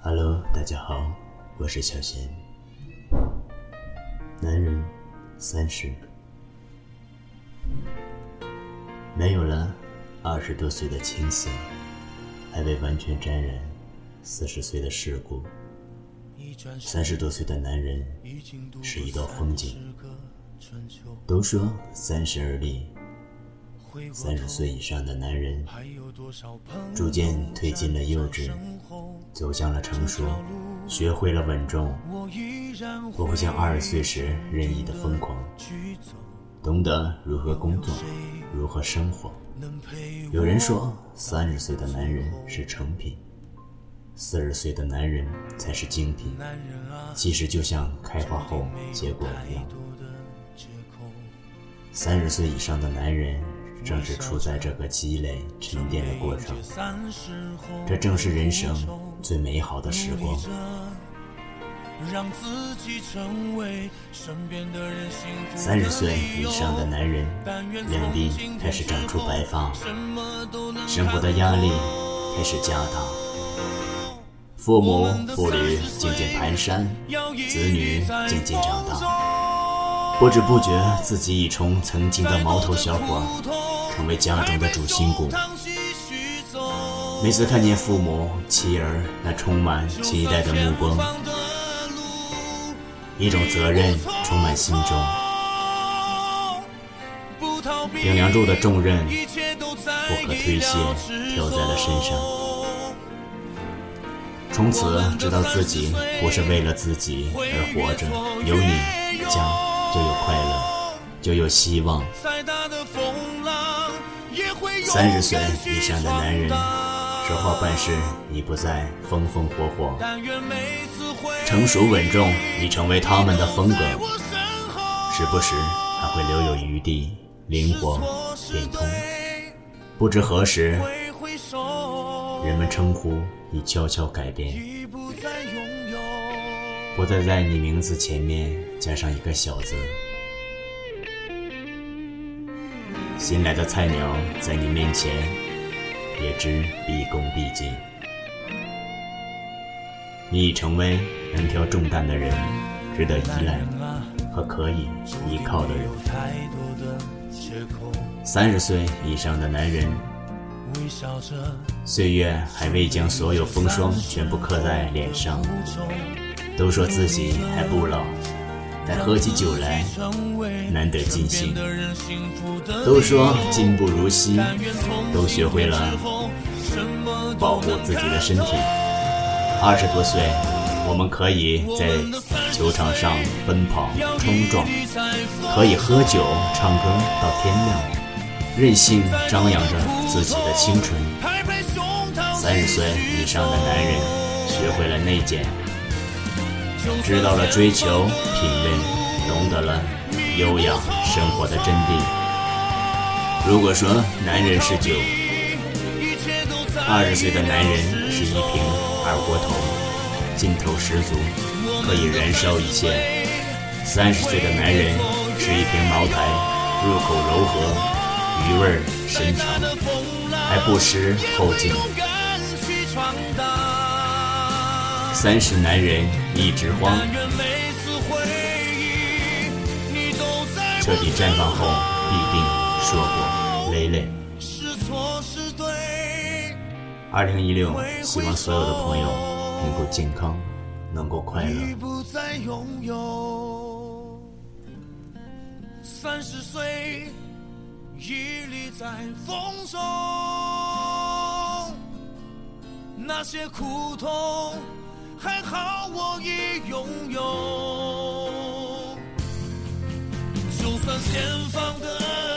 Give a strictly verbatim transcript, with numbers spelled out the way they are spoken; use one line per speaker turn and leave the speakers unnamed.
Hello， 大家好，我是小贤。男人三十，没有了二十多岁的青涩，还未完全沾染四十岁的世故。三十多岁的男人是一道风景。都说三十而立，三十岁以上的男人逐渐推进了幼稚，走向了成熟，学会了稳重，不会像二十岁时任意的疯狂，懂得如何工作，如何生活。有人说三十岁的男人是成品，四十岁的男人才是精品。其实就像开花后结果一样，三十岁以上的男人正是处在这个积累沉淀的过程，这正是人生最美好的时光。三十岁以上的男人两鬓开始长出白发，生活的压力开始加大，父母步履渐渐蹒跚，子女渐渐长大，不知不觉自己已从曾经的毛头小伙成为家中的主心骨。每次看见父母妻儿那充满期待的目光，一种责任充满心中，顶梁柱的重任不可推卸挑在了身上。从此知道自己不是为了自己而活着，有你，家就有快乐，就有希望。三十岁以上的男人说话办事已不再风风火火，成熟稳重已成为他们的风格，时不时还会留有余地，灵活变通。不知何时人们称呼已悄悄改变，不再在你名字前面加上一个小字。新来的菜鸟在你面前也知毕恭毕敬，你已成为能挑重担的人，值得依赖和可以依靠的人。三十岁以上的男人，岁月还未将所有风霜全部刻在脸上，都说自己还不老，但喝起酒来难得尽兴。都说进步如昔，都学会了保护自己的身体。二十多岁，我们可以在球场上奔跑冲撞，可以喝酒唱歌到天亮，任性张扬着自己的青春。三十岁以上的男人学会了内减，知道了追求品味，懂得了优雅生活的真谛。如果说男人是酒，二十岁的男人是一瓶二锅头，劲头十足，可以燃烧一切。三十岁的男人是一瓶茅台，入口柔和，余味深长，还不失后劲。三十男人一枝花，彻底绽放后必定硕果累累。二零一六，希望所有的朋友能够健康，能够快乐。
三十岁屹立在风中，那些苦痛还好我已拥有，就算前方的